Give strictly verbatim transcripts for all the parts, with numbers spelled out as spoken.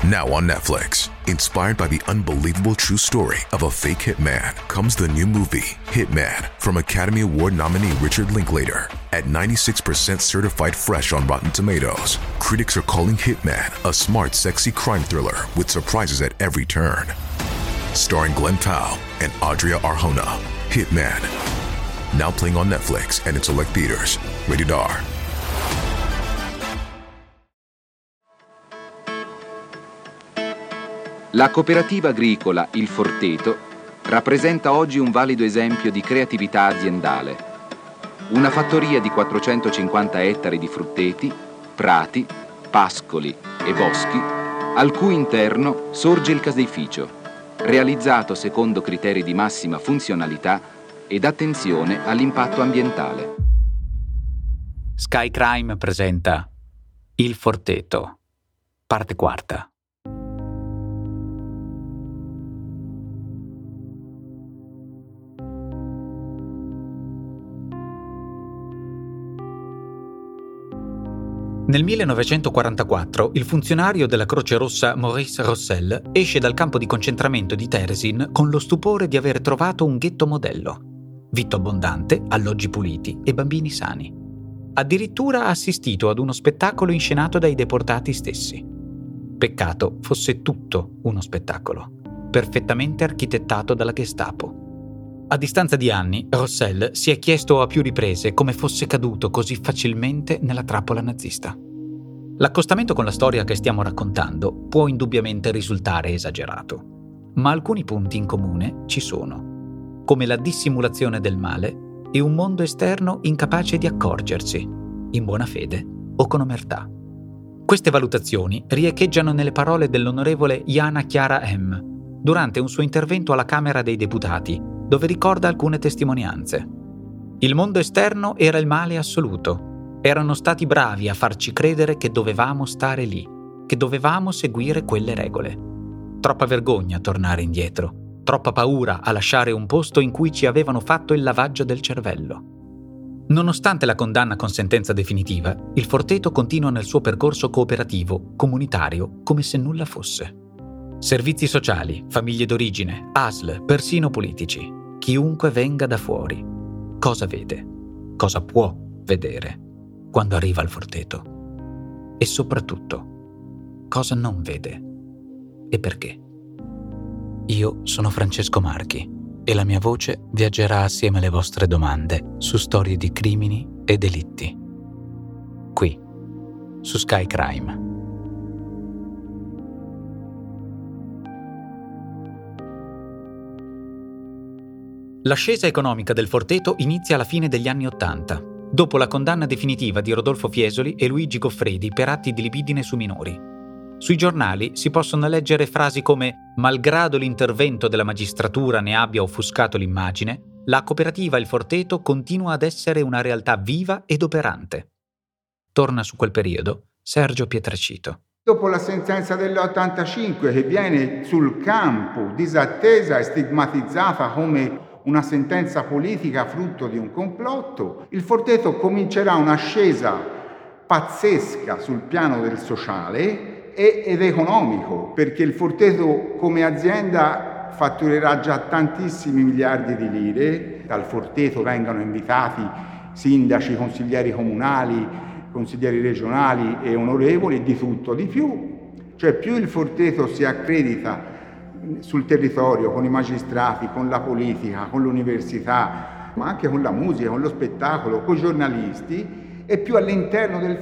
Now on Netflix, inspired by the unbelievable true story of a fake hitman, comes the new movie, Hitman, from Academy Award nominee Richard Linklater. At ninety-six percent certified fresh on Rotten Tomatoes, critics are calling Hitman a smart, sexy crime thriller with surprises at every turn. Starring Glenn Powell and Adria Arjona, Hitman. Now playing on Netflix and in select theaters. Rated R. La cooperativa agricola Il Forteto rappresenta oggi un valido esempio di creatività aziendale. Una fattoria di quattrocentocinquanta ettari di frutteti, prati, pascoli e boschi, al cui interno sorge il caseificio, realizzato secondo criteri di massima funzionalità ed attenzione all'impatto ambientale. Sky Crime presenta Il Forteto, parte quarta. Nel millenovecentoquarantaquattro il funzionario della Croce Rossa Maurice Rossel esce dal campo di concentramento di Terezin con lo stupore di aver trovato un ghetto modello. Vitto abbondante, alloggi puliti e bambini sani. Addirittura ha assistito ad uno spettacolo inscenato dai deportati stessi. Peccato fosse tutto uno spettacolo, perfettamente architettato dalla Gestapo. A distanza di anni, Rossel si è chiesto a più riprese come fosse caduto così facilmente nella trappola nazista. L'accostamento con la storia che stiamo raccontando può indubbiamente risultare esagerato, ma alcuni punti in comune ci sono, come la dissimulazione del male e un mondo esterno incapace di accorgersi, in buona fede o con omertà. Queste valutazioni riecheggiano nelle parole dell'onorevole Jana Chiara M. durante un suo intervento alla Camera dei Deputati, dove ricorda alcune testimonianze. Il mondo esterno era il male assoluto. Erano stati bravi a farci credere che dovevamo stare lì, che dovevamo seguire quelle regole. Troppa vergogna a tornare indietro, troppa paura a lasciare un posto in cui ci avevano fatto il lavaggio del cervello. Nonostante la condanna con sentenza definitiva, il Forteto continua nel suo percorso cooperativo, comunitario, come se nulla fosse. Servizi sociali, famiglie d'origine, A S L, persino politici. Chiunque venga da fuori, cosa vede? Cosa può vedere quando arriva al Forteto? E soprattutto, cosa non vede? E perché? Io sono Francesco Marchi e la mia voce viaggerà assieme alle vostre domande su storie di crimini e delitti. Qui, su Sky Crime. L'ascesa economica del Forteto inizia alla fine degli anni Ottanta, dopo la condanna definitiva di Rodolfo Fiesoli e Luigi Goffredi per atti di libidine su minori. Sui giornali si possono leggere frasi come «Malgrado l'intervento della magistratura ne abbia offuscato l'immagine, la cooperativa Il Forteto continua ad essere una realtà viva ed operante». Torna su quel periodo Sergio Pietracito. Dopo la sentenza dell'ottantacinque, che viene sul campo disattesa e stigmatizzata come una sentenza politica frutto di un complotto, il Forteto comincerà un'ascesa pazzesca sul piano del sociale e, ed economico, perché il Forteto come azienda fatturerà già tantissimi miliardi di lire. Dal Forteto vengono invitati sindaci, consiglieri comunali, consiglieri regionali e onorevoli e di tutto di più. Cioè più il Forteto si accredita sul territorio, con i magistrati, con la politica, con l'università, ma anche con la musica, con lo spettacolo, con i giornalisti, e più all'interno del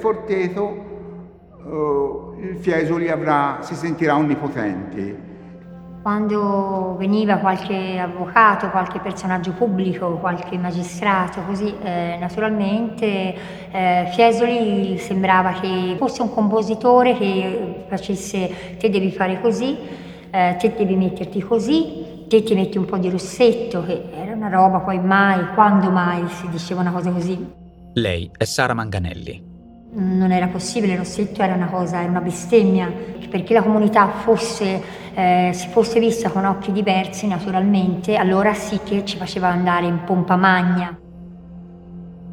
Forteto eh, il Fiesoli avrà, si sentirà onnipotente. Quando veniva qualche avvocato, qualche personaggio pubblico, qualche magistrato, così eh, naturalmente eh, Fiesoli sembrava che fosse un compositore che facesse te devi fare così, Eh, te devi metterti così, te ti metti un po' di rossetto, che era una roba, poi mai, quando mai si diceva una cosa così. Lei è Sara Manganelli. Non era possibile, il rossetto era una cosa, era una bestemmia, perché la comunità fosse, eh, si fosse vista con occhi diversi naturalmente, allora sì che ci faceva andare in pompa magna.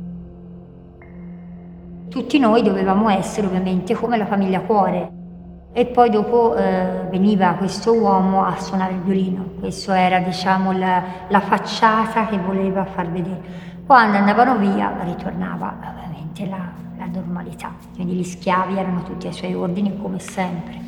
Tutti noi dovevamo essere ovviamente come la famiglia Cuore. e poi dopo eh, veniva questo uomo a suonare il violino. Questo era, diciamo, la, la facciata che voleva far vedere. Quando andavano via ritornava ovviamente la, la normalità, quindi gli schiavi erano tutti ai suoi ordini come sempre.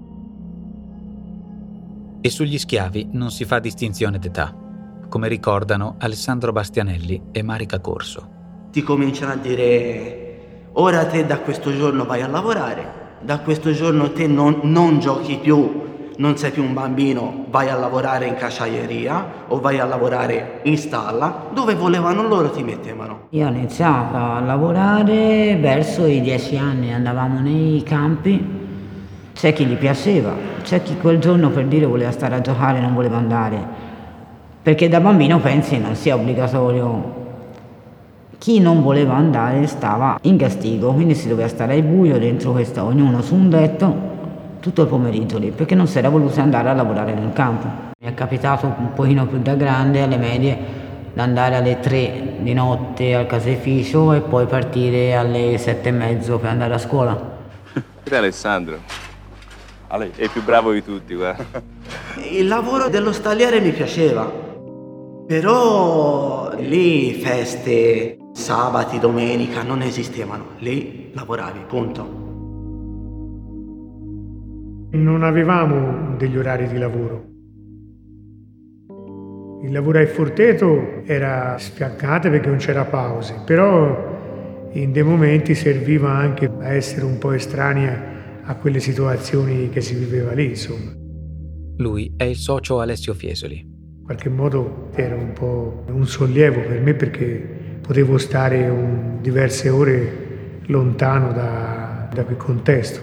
E sugli schiavi non si fa distinzione d'età, come ricordano Alessandro Bastianelli e Marica Corso. Ti cominciano a dire: ora te da questo giorno vai a lavorare, da questo giorno te non, non giochi più, non sei più un bambino, vai a lavorare in acciaieria o vai a lavorare in stalla, dove volevano loro ti mettevano. Io ho iniziato a lavorare verso i dieci anni, andavamo nei campi, c'è chi gli piaceva, c'è chi quel giorno per dire voleva stare a giocare e non voleva andare, perché da bambino pensi non sia obbligatorio. Chi non voleva andare stava in castigo, quindi si doveva stare al buio dentro questa, ognuno su un letto, tutto il pomeriggio lì, perché non si era voluto andare a lavorare nel campo. Mi è capitato un pochino più da grande, alle medie, di andare alle tre di notte al caseificio e poi partire alle sette e mezzo per andare a scuola. Ed Alessandro, Ale, è il più bravo di tutti, guarda. Il lavoro dello stalliere mi piaceva, però lì feste, sabati, domenica non esistevano, lì lavoravi, punto. Non avevamo degli orari di lavoro. Il lavoro al Forteto era sfiancante perché non c'era pause, però in dei momenti serviva anche a essere un po' estranea a quelle situazioni che si viveva lì, insomma. Lui è il socio Alessio Fiesoli. In qualche modo era un po' un sollievo per me perché potevo stare un, diverse ore lontano da, da quel contesto.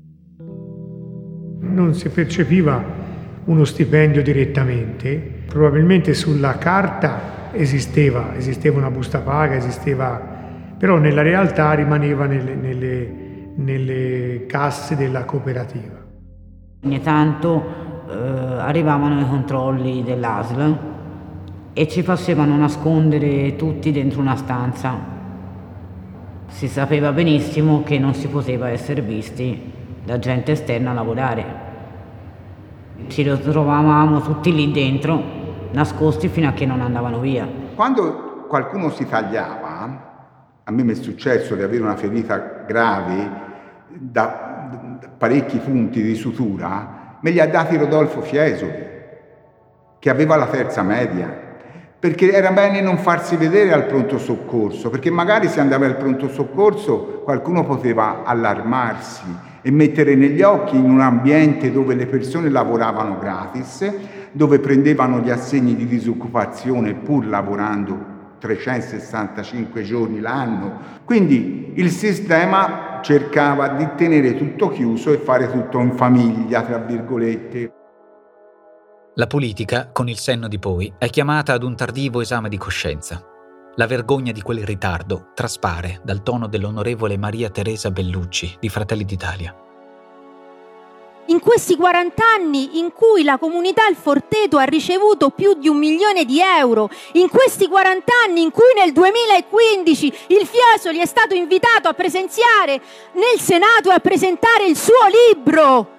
Non si percepiva uno stipendio direttamente, probabilmente sulla carta esisteva, esisteva una busta paga, esisteva, però nella realtà rimaneva nelle, nelle, nelle casse della cooperativa. Ogni tanto eh, arrivavano i controlli dell'A S L e ci facevano nascondere tutti dentro una stanza. Si sapeva benissimo che non si poteva essere visti da gente esterna a lavorare. Ci ritrovavamo tutti lì dentro, nascosti fino a che non andavano via. Quando qualcuno si tagliava, a me mi è successo di avere una ferita grave da, da parecchi punti di sutura, me li ha dati Rodolfo Fiesoli, che aveva la terza media, perché era bene non farsi vedere al pronto soccorso, perché magari se andava al pronto soccorso qualcuno poteva allarmarsi e mettere negli occhi in un ambiente dove le persone lavoravano gratis, dove prendevano gli assegni di disoccupazione pur lavorando trecentosessantacinque giorni l'anno. Quindi il sistema cercava di tenere tutto chiuso e fare tutto in famiglia, tra virgolette. La politica, con il senno di poi, è chiamata ad un tardivo esame di coscienza. La vergogna di quel ritardo traspare dal tono dell'onorevole Maria Teresa Bellucci di Fratelli d'Italia. In questi quaranta anni in cui la comunità Il Forteto ha ricevuto più di un milione di euro, in questi quaranta anni in cui nel duemilaquindici il Fiesoli è stato invitato a presenziare nel Senato e a presentare il suo libro,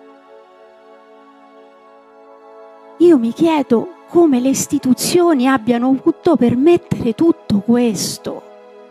io mi chiedo come le istituzioni abbiano potuto permettere tutto questo.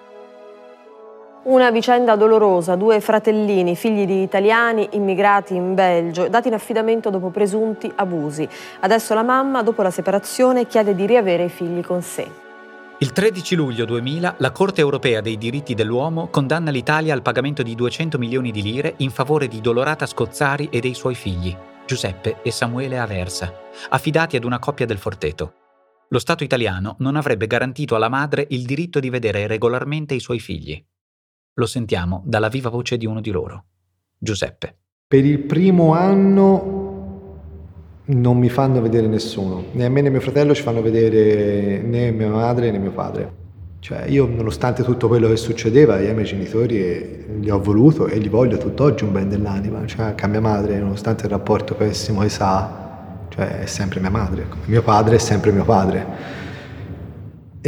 Una vicenda dolorosa, due fratellini, figli di italiani immigrati in Belgio, dati in affidamento dopo presunti abusi. Adesso la mamma, dopo la separazione, chiede di riavere i figli con sé. Il tredici luglio duemila la Corte europea dei diritti dell'uomo condanna l'Italia al pagamento di duecento milioni di lire in favore di Dolorata Scozzari e dei suoi figli, Giuseppe e Samuele Aversa, affidati ad una coppia del Forteto. Lo Stato italiano non avrebbe garantito alla madre il diritto di vedere regolarmente i suoi figli. Lo sentiamo dalla viva voce di uno di loro, Giuseppe. Per il primo anno non mi fanno vedere nessuno, né a me né mio fratello ci fanno vedere né mia madre né mio padre. Cioè io, nonostante tutto quello che succedeva, io ai miei genitori li ho voluto e li voglio tutt'oggi un ben dell'anima. Cioè anche a mia madre, nonostante il rapporto pessimo che sa, cioè è sempre mia madre, mio padre è sempre mio padre. E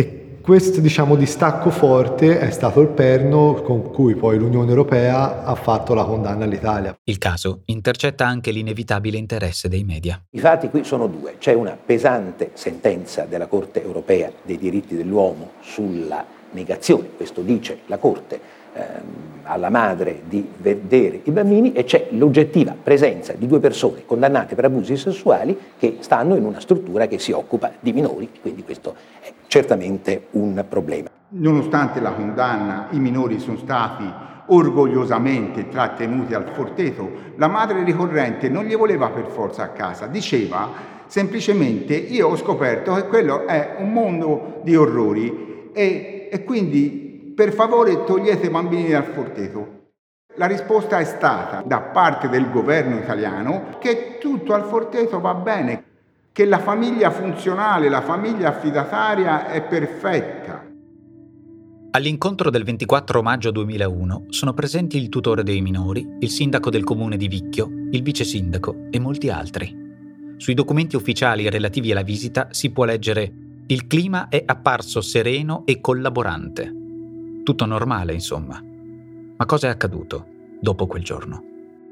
Questo, diciamo, distacco forte è stato il perno con cui poi l'Unione Europea ha fatto la condanna all'Italia. Il caso intercetta anche l'inevitabile interesse dei media. I fatti qui sono due. C'è una pesante sentenza della Corte Europea dei diritti dell'uomo sulla negazione, questo dice la Corte, ehm, alla madre di vedere i bambini, e c'è l'oggettiva presenza di due persone condannate per abusi sessuali che stanno in una struttura che si occupa di minori, quindi questo è certamente un problema. Nonostante la condanna, i minori sono stati orgogliosamente trattenuti al Forteto. La madre ricorrente non li voleva per forza a casa, diceva semplicemente: io ho scoperto che quello è un mondo di orrori e, e quindi per favore togliete i bambini dal Forteto. La risposta è stata da parte del governo italiano che tutto al Forteto va bene, che la famiglia funzionale, la famiglia affidataria è perfetta. All'incontro del ventiquattro maggio duemilauno sono presenti il tutore dei minori, il sindaco del comune di Vicchio, il vice sindaco e molti altri. Sui documenti ufficiali relativi alla visita si può leggere: il clima è apparso sereno e collaborante. Tutto normale, insomma. Ma cosa è accaduto dopo quel giorno?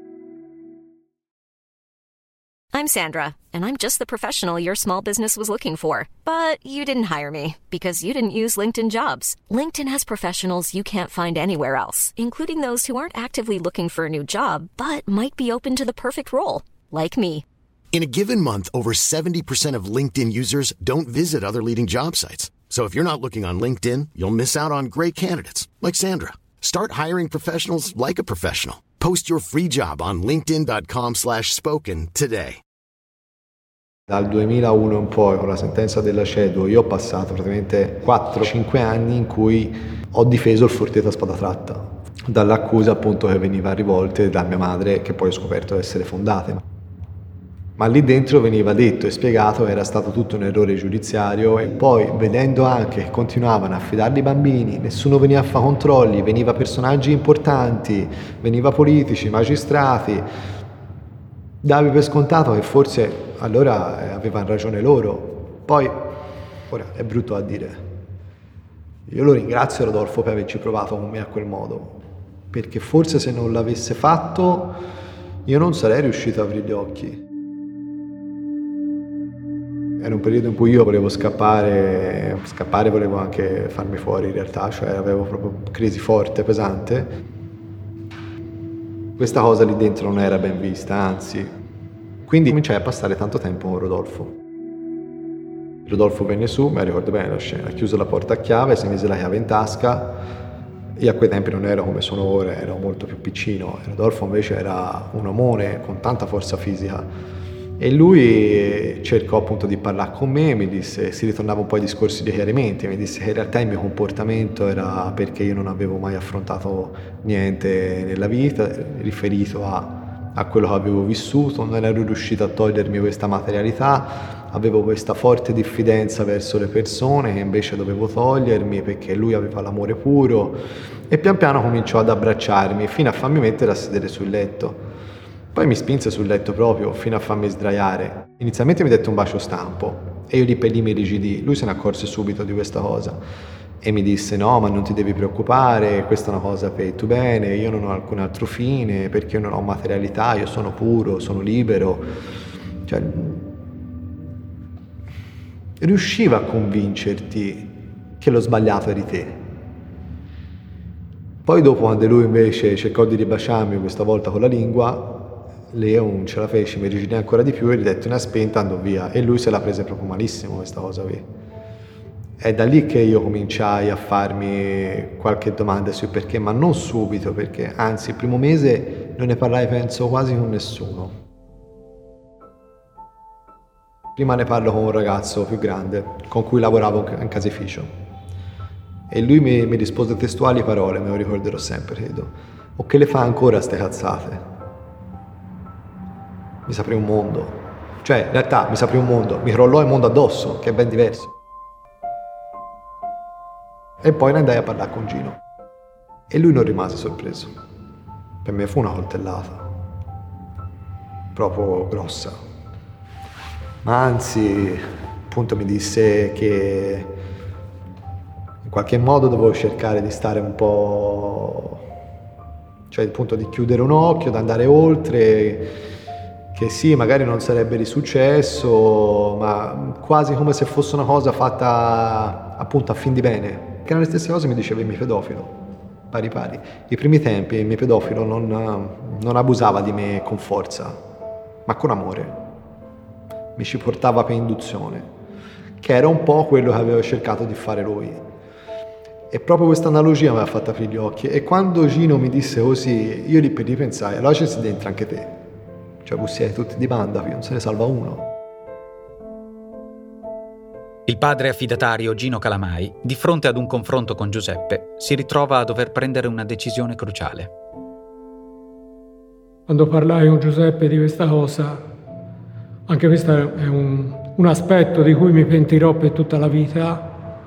I'm Sandra, and I'm just the professional your small business was looking for. But you didn't hire me because you didn't use LinkedIn Jobs. LinkedIn has professionals you can't find anywhere else, including those who aren't actively looking for a new job, but might be open to the perfect role, like me. In a given month, over seventy percent of LinkedIn users don't visit other leading job sites. So if you're not looking on LinkedIn, you'll miss out on great candidates, like Sandra. Start hiring professionals like a professional. Post your free job on linkedin.com slash spoken today. Dal duemilauno in poi, con la sentenza della CEDU, io ho passato praticamente quattro cinque anni in cui ho difeso il Forteto a spada tratta, dall'accusa appunto che veniva rivolte da mia madre, che poi ho scoperto essere fondate. Ma lì dentro veniva detto e spiegato che era stato tutto un errore giudiziario, e poi vedendo anche che continuavano a affidarli i bambini, nessuno veniva a fare controlli, veniva personaggi importanti, veniva politici, magistrati, davi per scontato che forse allora avevano ragione loro. Poi, ora è brutto a dire, io lo ringrazio Rodolfo per averci provato con me a quel modo, perché forse se non l'avesse fatto io non sarei riuscito a aprire gli occhi. Era un periodo in cui io volevo scappare, scappare volevo anche farmi fuori in realtà, cioè avevo proprio crisi forte, pesante. Questa cosa lì dentro non era ben vista, anzi. Quindi cominciai a passare tanto tempo con Rodolfo. Rodolfo venne su, mi ricordo bene la scena, ha chiuso la porta a chiave, si mise la chiave in tasca. Io a quei tempi non ero come sono ora, ero molto più piccino. Rodolfo invece era un omone con tanta forza fisica. E lui cercò appunto di parlare con me, mi disse, si ritornava un po' ai discorsi di chiarimenti, mi disse che in realtà il mio comportamento era perché io non avevo mai affrontato niente nella vita riferito a, a quello che avevo vissuto, non ero riuscito a togliermi questa materialità, avevo questa forte diffidenza verso le persone che invece dovevo togliermi perché lui aveva l'amore puro, e pian piano cominciò ad abbracciarmi fino a farmi mettere a sedere sul letto. Poi mi spinse sul letto proprio fino a farmi sdraiare. Inizialmente mi dette un bacio stampo e io lì per lì mi irrigidii. Lui se ne accorse subito di questa cosa e mi disse: no, ma non ti devi preoccupare, questa è una cosa per il tuo bene, io non ho alcun altro fine, perché io non ho materialità, io sono puro, sono libero. Cioè, riusciva a convincerti che lo sbagliato eri te. Poi dopo, quando lui invece cercò di ribaciarmi, questa volta con la lingua, lei non ce la fece, mi rigidì ancora di più e gli detti una spinta, andò via, e lui se la prese proprio malissimo questa cosa qui. È da lì che io cominciai a farmi qualche domanda sui perché, ma non subito, perché anzi il primo mese non ne parlai penso quasi con nessuno. Prima ne parlo con un ragazzo più grande con cui lavoravo in caseificio e lui mi, mi rispose testuali parole, me lo ricorderò sempre, credo: o che le fa ancora ste cazzate? Mi s'aprì un mondo, cioè in realtà mi s'aprì un mondo, mi crollò il mondo addosso, che è ben diverso. E poi ne andai a parlare con Gino e lui non rimase sorpreso. Per me fu una coltellata proprio grossa, ma anzi appunto mi disse che In qualche modo dovevo cercare di stare un po', cioè appunto di chiudere un occhio, di andare oltre, che sì, magari non sarebbe risuccesso, ma quasi come se fosse una cosa fatta appunto a fin di bene. Che nelle stesse cose mi diceva il mio pedofilo, pari pari. I primi tempi il mio pedofilo non, non abusava di me con forza, ma con amore. Mi ci portava per induzione, che era un po' quello che aveva cercato di fare lui. E proprio questa analogia mi ha fatto aprire gli occhi. E quando Gino mi disse così, io lì per lì pensai, allora ci sei dentro anche te. Cioè, voi siete tutti di banda, non se ne salva uno. Il padre affidatario Gino Calamai, di fronte ad un confronto con Giuseppe, si ritrova a dover prendere una decisione cruciale. Quando parlai con Giuseppe di questa cosa, anche questo è un, un aspetto di cui mi pentirò per tutta la vita,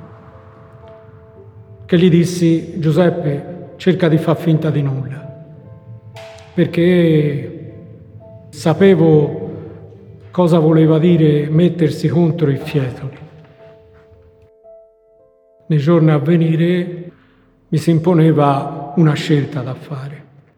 che gli dissi: Giuseppe, cerca di far finta di nulla, perché sapevo cosa voleva dire mettersi contro i Fiesoli. Nei giorni a venire mi si imponeva una scelta da fare,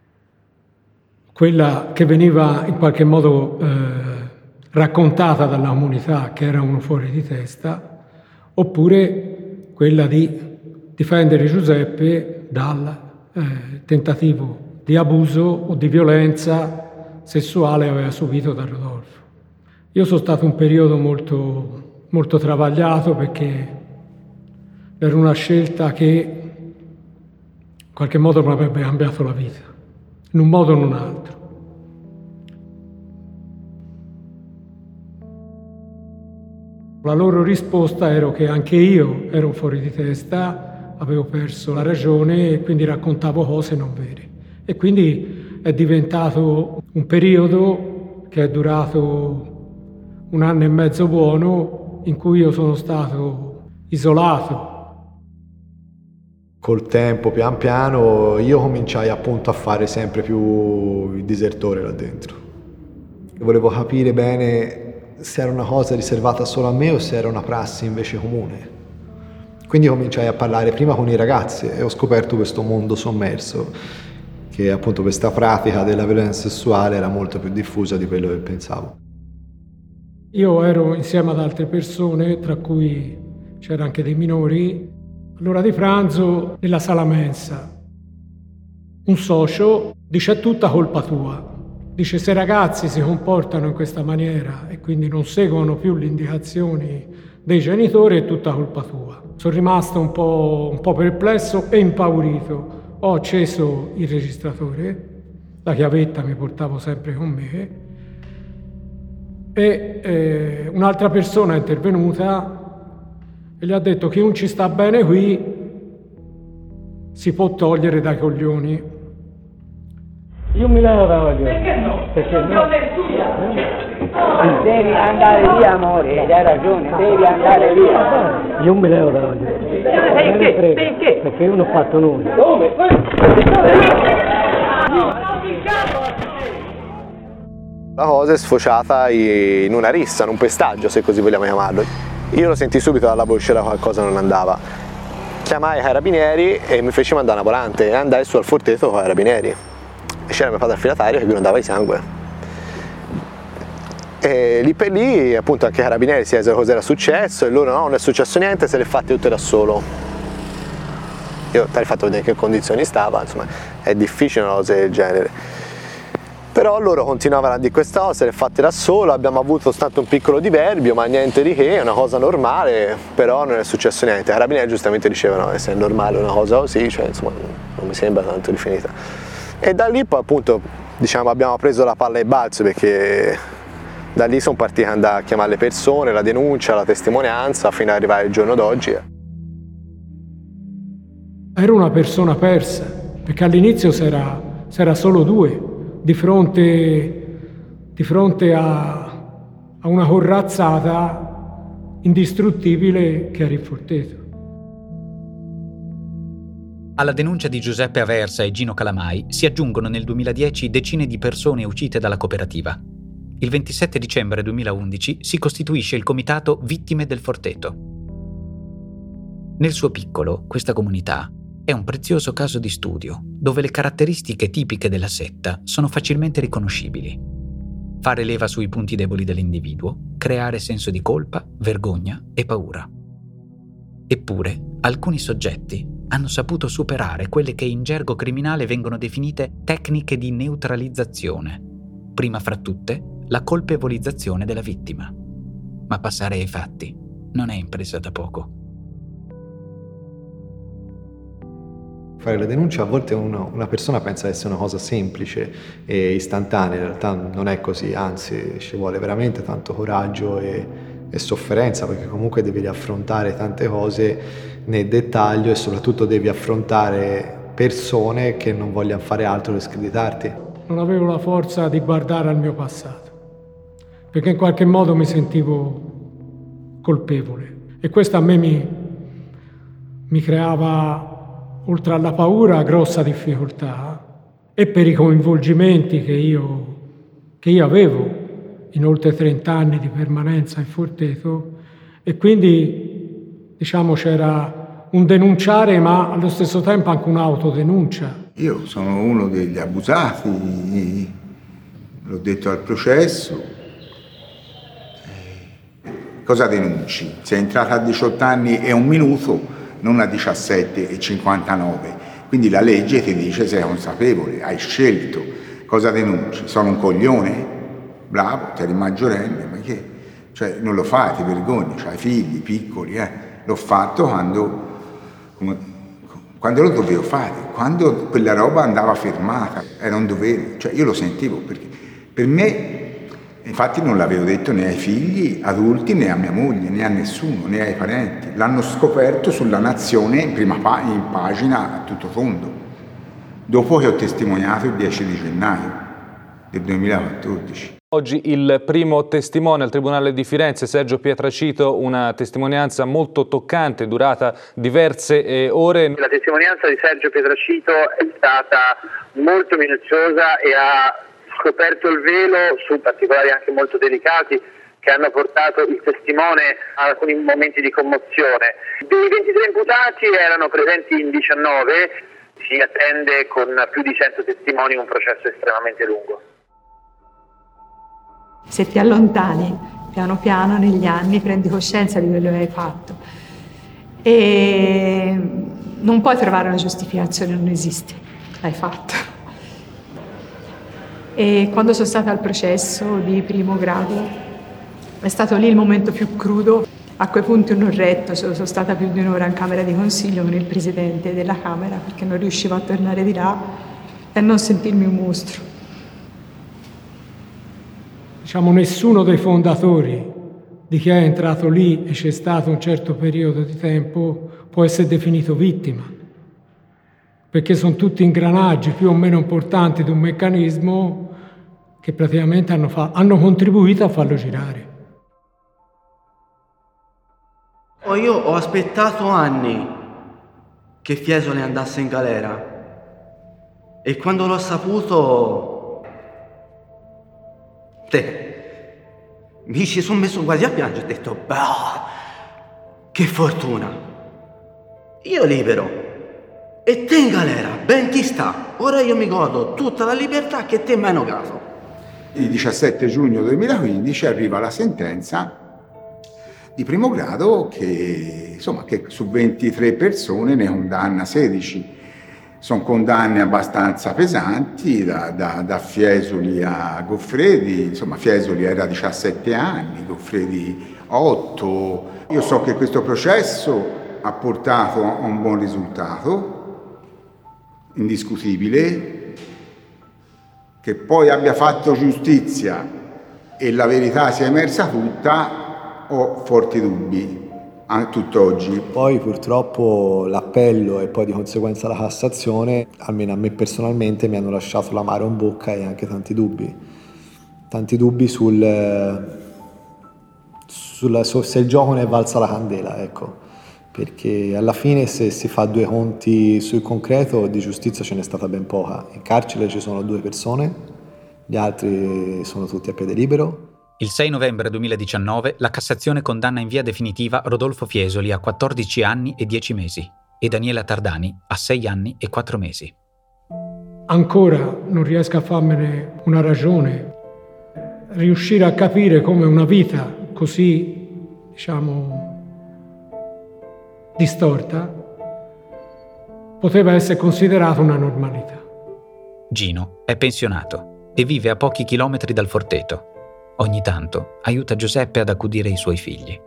quella che veniva in qualche modo eh, raccontata dalla comunità, che era uno fuori di testa, oppure quella di difendere Giuseppe dal eh, tentativo di abuso o di violenza sessuale che aveva subito da Rodolfo. Io sono stato un periodo molto, molto travagliato, perché era una scelta che in qualche modo mi avrebbe cambiato la vita, in un modo o in un altro. La loro risposta era che anche io ero fuori di testa, avevo perso la ragione e quindi raccontavo cose non vere. E quindi è diventato un periodo che è durato un anno e mezzo buono, in cui io sono stato isolato. Col tempo, pian piano, io cominciai appunto a fare sempre più il disertore là dentro. Volevo capire bene se era una cosa riservata solo a me o se era una prassi invece comune. Quindi cominciai a parlare prima con i ragazzi e ho scoperto questo mondo sommerso, che appunto questa pratica della violenza sessuale era molto più diffusa di quello che pensavo. Io ero insieme ad altre persone, tra cui c'era anche dei minori, all'ora di pranzo nella sala mensa. Un socio dice: è tutta colpa tua. Dice: se i ragazzi si comportano in questa maniera e quindi non seguono più le indicazioni dei genitori, è tutta colpa tua. Sono rimasto un po', un po' perplesso e impaurito. Ho acceso il registratore, la chiavetta mi portavo sempre con me, e eh, un'altra persona è intervenuta e gli ha detto: chi non ci sta bene qui si può togliere dai coglioni. Io mi levo da voglio. Perché no? Perché no? Devi andare via, amore, hai ragione, devi andare via. Io mi levo da voglio. Perché? Perché? Perché io non ho fatto nulla. Dove? La cosa è sfociata in una rissa, in un pestaggio, se così vogliamo chiamarlo. Io lo sentii subito dalla voce che qualcosa non andava. Chiamai i carabinieri e mi feci mandare una volante e andai su al Forteto con i carabinieri. E c'era mio padre affidatario che gronava di sangue. E lì per lì appunto anche i carabinieri si chiesero cosa era successo e loro: no, non è successo niente, se le fatte tutte da solo. Io ti ho fatto vedere in che condizioni stava, insomma è difficile una cosa del genere. Però loro continuavano a dire questa cosa, se le fatte da solo, abbiamo avuto soltanto un piccolo diverbio, ma niente di che, è una cosa normale, però non è successo niente. I carabinieri giustamente dicevano che se è normale una cosa così, cioè insomma non mi sembra tanto rifinita. E da lì poi appunto diciamo abbiamo preso la palla ai balzi, perché da lì sono partiti ad andare a chiamare le persone, la denuncia, la testimonianza, fino ad arrivare al giorno d'oggi. Ero una persona persa, perché all'inizio s'era, s'era solo due, di fronte, di fronte a, a una corazzata indistruttibile che era il Forteto. Alla denuncia di Giuseppe Aversa e Gino Calamai si aggiungono nel duemiladieci decine di persone uscite dalla cooperativa. Il ventisette dicembre duemilaundici si costituisce il comitato Vittime del Forteto. Nel suo piccolo, questa comunità è un prezioso caso di studio, dove le caratteristiche tipiche della setta sono facilmente riconoscibili. Fare leva sui punti deboli dell'individuo, creare senso di colpa, vergogna e paura. Eppure, alcuni soggetti hanno saputo superare quelle che in gergo criminale vengono definite tecniche di neutralizzazione, prima fra tutte la colpevolizzazione della vittima. Ma passare ai fatti non è impresa da poco. Fare la denuncia a volte uno, una persona pensa essere una cosa semplice e istantanea, in realtà non è così, anzi ci vuole veramente tanto coraggio e, e sofferenza, perché comunque devi affrontare tante cose nel dettaglio e soprattutto devi affrontare persone che non vogliono fare altro che screditarti. Non avevo la forza di guardare al mio passato, perché in qualche modo mi sentivo colpevole e questo a me mi, mi creava, oltre alla paura, grossa difficoltà, e per i coinvolgimenti che io, che io avevo in oltre trenta anni di permanenza in Forteto, e quindi diciamo c'era un denunciare ma allo stesso tempo anche un'autodenuncia. Io sono uno degli abusati, l'ho detto al processo. Cosa denunci? Sei entrata a diciotto anni e un minuto, non a diciassette e cinquantanove, quindi la legge ti dice sei consapevole, hai scelto, cosa denunci? Sono un coglione? Bravo, ti eri maggiorenne, ma che? Cioè non lo fai, ti vergogni, hai figli piccoli, eh? L'ho fatto quando, quando lo dovevo fare, quando quella roba andava fermata, era un dovere, cioè io lo sentivo, perché per me, infatti non l'avevo detto né ai figli adulti né a mia moglie né a nessuno né ai parenti, l'hanno scoperto sulla Nazione in prima pa- in pagina a tutto tondo, dopo che ho testimoniato il dieci di gennaio del duemilaquattordici. Oggi il primo testimone al Tribunale di Firenze, Sergio Pietracito, una testimonianza molto toccante, durata diverse eh, ore. La testimonianza di Sergio Pietracito è stata molto minuziosa e ha scoperto il velo su particolari anche molto delicati che hanno portato il testimone a alcuni momenti di commozione. Dei ventitré imputati erano presenti in diciannove, si attende con più di cento testimoni un processo estremamente lungo. Se ti allontani piano piano negli anni prendi coscienza di quello che hai fatto e non puoi trovare una giustificazione, non esiste, l'hai fatto. E quando sono stata al processo di primo grado è stato lì il momento più crudo. A quei punti non ho retto, sono stata più di un'ora in camera di consiglio con il presidente della Camera perché non riuscivo a tornare di là e non sentirmi un mostro. Diciamo, nessuno dei fondatori di chi è entrato lì e c'è stato un certo periodo di tempo può essere definito vittima, perché sono tutti ingranaggi più o meno importanti di un meccanismo che praticamente hanno, fa- hanno contribuito a farlo girare. Oh, io ho aspettato anni che Fiesoli andasse in galera e quando l'ho saputo te mi ci sono messo quasi a piangere, ho detto bah, che fortuna, io libero e te in galera, ben chi sta, ora io mi godo tutta la libertà che te mi hai negato. Il diciassette giugno duemilaquindici arriva la sentenza di primo grado che, insomma, che su ventitré persone ne condanna sedici. Sono condanne abbastanza pesanti, da, da, da Fiesoli a Goffredi. Insomma, Fiesoli era diciassette anni, Goffredi otto. Io so che questo processo ha portato a un buon risultato, indiscutibile, che poi abbia fatto giustizia e la verità sia emersa tutta, ho forti dubbi. A tutt'oggi. Poi purtroppo l'appello e poi di conseguenza la Cassazione, almeno a me personalmente, mi hanno lasciato l'amaro in bocca e anche tanti dubbi. Tanti dubbi sul, sul se il gioco ne è valsa la candela, ecco. Perché alla fine se si fa due conti sul concreto di giustizia ce n'è stata ben poca. In carcere ci sono due persone, gli altri sono tutti a piede libero. Il sei novembre duemiladiciannove la Cassazione condanna in via definitiva Rodolfo Fiesoli a quattordici anni e dieci mesi e Daniela Tardani a sei anni e quattro mesi. Ancora non riesco a farmene una ragione. Riuscire a capire come una vita così, diciamo, distorta poteva essere considerata una normalità. Gino è pensionato e vive a pochi chilometri dal Forteto. Ogni tanto aiuta Giuseppe ad accudire i suoi figli.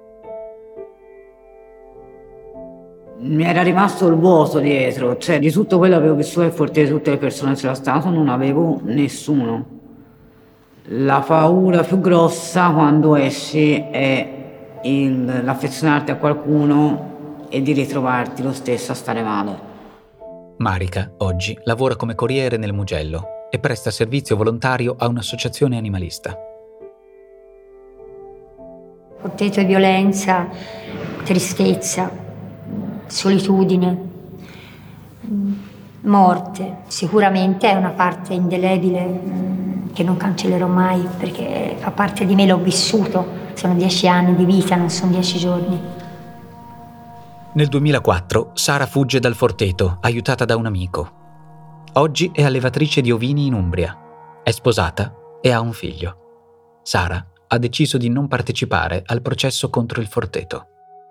Mi era rimasto il vuoto dietro, cioè di tutto quello che avevo vissuto al Forteto, tutte le persone che c'era stato, non avevo nessuno. La paura più grossa quando esci è il, l'affezionarti a qualcuno e di ritrovarti lo stesso a stare male. Marica, oggi, lavora come corriere nel Mugello e presta servizio volontario a un'associazione animalista. Forteto è violenza, tristezza, solitudine, morte. Sicuramente è una parte indelebile che non cancellerò mai perché fa parte di me, l'ho vissuto. Sono dieci anni di vita, non sono dieci giorni. Nel duemilaquattro Sara fugge dal Forteto, aiutata da un amico. Oggi è allevatrice di ovini in Umbria. È sposata e ha un figlio. Sara ha deciso di non partecipare al processo contro il Forteto.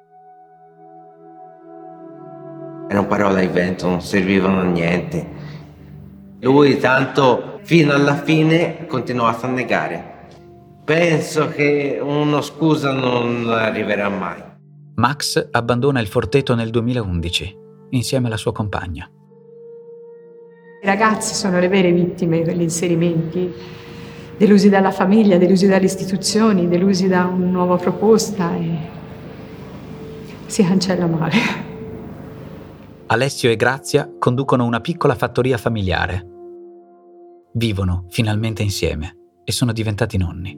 Erano parole al vento, non servivano a niente. Lui tanto fino alla fine continuava a negare. Penso che una scusa non arriverà mai. Max abbandona il Forteto nel duemilaundici, insieme alla sua compagna. I ragazzi sono le vere vittime degli inserimenti, delusi dalla famiglia, delusi dalle istituzioni, delusi da una nuova proposta e si cancella male. Alessio e Grazia conducono una piccola fattoria familiare. Vivono finalmente insieme e sono diventati nonni.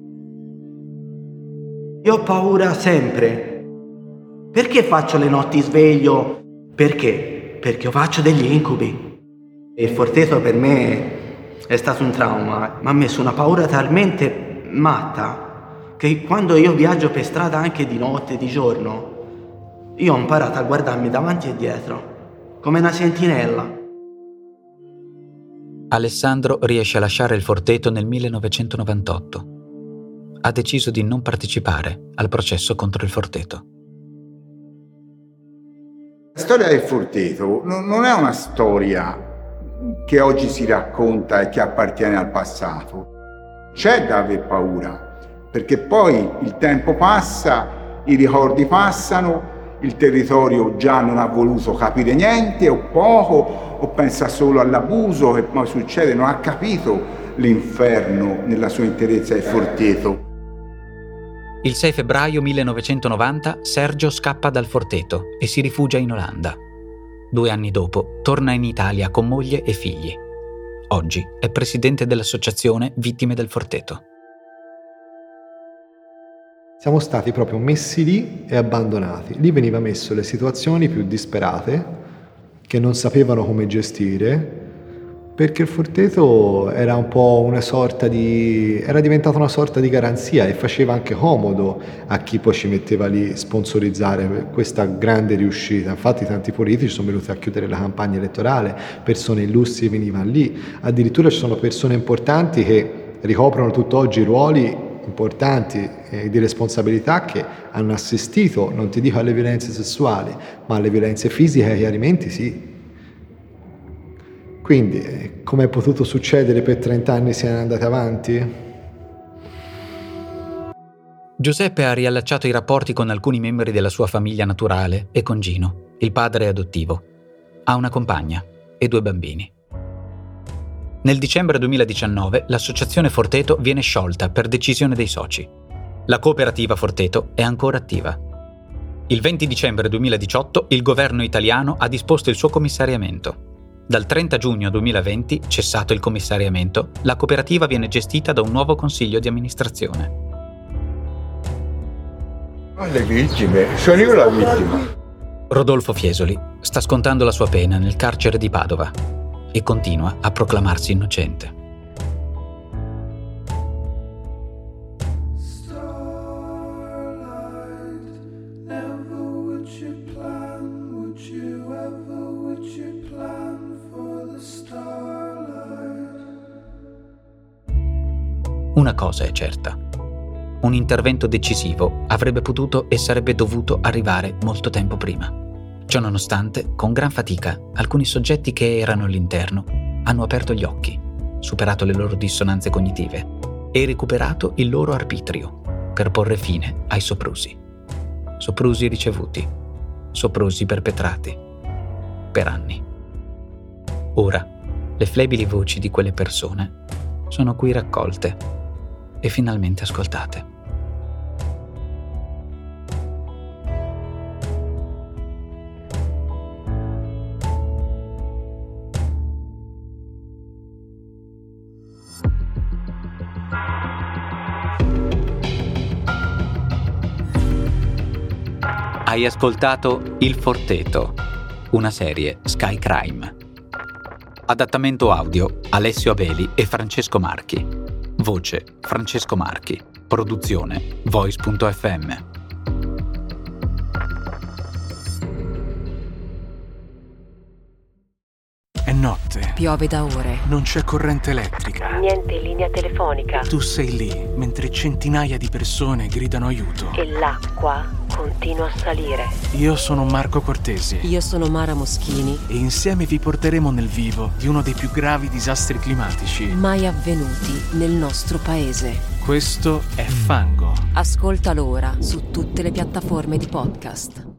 Io ho paura sempre. Perché faccio le notti sveglio? Perché? Perché io faccio degli incubi. Il Forteto per me è stato un trauma, mi ha messo una paura talmente matta che quando io viaggio per strada anche di notte, di giorno, io ho imparato a guardarmi davanti e dietro, come una sentinella. Alessandro riesce a lasciare il Forteto nel millenovecentonovantotto. Ha deciso di non partecipare al processo contro il Forteto. La storia del Forteto non è una storia che oggi si racconta e che appartiene al passato. C'è da aver paura, perché poi il tempo passa, i ricordi passano, il territorio già non ha voluto capire niente o poco, o pensa solo all'abuso che poi succede, non ha capito l'inferno nella sua interezza del Forteto. Il sei febbraio millenovecentonovanta Sergio scappa dal Forteto e si rifugia in Olanda. Due anni dopo torna in Italia con moglie e figli. Oggi è presidente dell'associazione Vittime del Forteto. Siamo stati proprio messi lì e abbandonati. Lì veniva messo le situazioni più disperate, che non sapevano come gestire, perché il Forteto era un po' una sorta di... era diventata una sorta di garanzia e faceva anche comodo a chi poi ci metteva lì sponsorizzare questa grande riuscita. Infatti tanti politici sono venuti a chiudere la campagna elettorale, persone illustri venivano lì, addirittura ci sono persone importanti che ricoprono tutt'oggi ruoli importanti eh, di responsabilità che hanno assistito, non ti dico alle violenze sessuali, ma alle violenze fisiche chiaramente sì. Quindi, eh, come è potuto succedere per trenta anni siano andati avanti? Giuseppe ha riallacciato i rapporti con alcuni membri della sua famiglia naturale e con Gino, il padre adottivo. Ha una compagna e due bambini. Nel dicembre duemiladiciannove l'associazione Forteto viene sciolta per decisione dei soci. La cooperativa Forteto è ancora attiva. Il venti dicembre duemiladiciotto il governo italiano ha disposto il suo commissariamento. Dal trenta giugno duemilaventi, cessato il commissariamento, la cooperativa viene gestita da un nuovo consiglio di amministrazione. Le vittime, sono io la vittima. Rodolfo Fiesoli sta scontando la sua pena nel carcere di Padova e continua a proclamarsi innocente. Una cosa è certa. Un intervento decisivo avrebbe potuto e sarebbe dovuto arrivare molto tempo prima. Ciononostante, con gran fatica, alcuni soggetti che erano all'interno hanno aperto gli occhi, superato le loro dissonanze cognitive e recuperato il loro arbitrio per porre fine ai soprusi. Soprusi ricevuti, soprusi perpetrati, per anni. Ora, le flebili voci di quelle persone sono qui raccolte e finalmente ascoltate. Hai ascoltato Il Forteto, una serie Sky Crime. Adattamento audio Alessio Abeli e Francesco Marchi. Voce Francesco Marchi. Produzione Voice punto effe emme. È notte. Piove da ore. Non c'è corrente elettrica. Niente linea telefonica. Tu sei lì, mentre centinaia di persone gridano aiuto. E l'acqua continua a salire. Io sono Marco Cortesi. Io sono Mara Moschini. E insieme vi porteremo nel vivo di uno dei più gravi disastri climatici mai avvenuti nel nostro paese. Questo è Fango. Ascoltalo ora su tutte le piattaforme di podcast.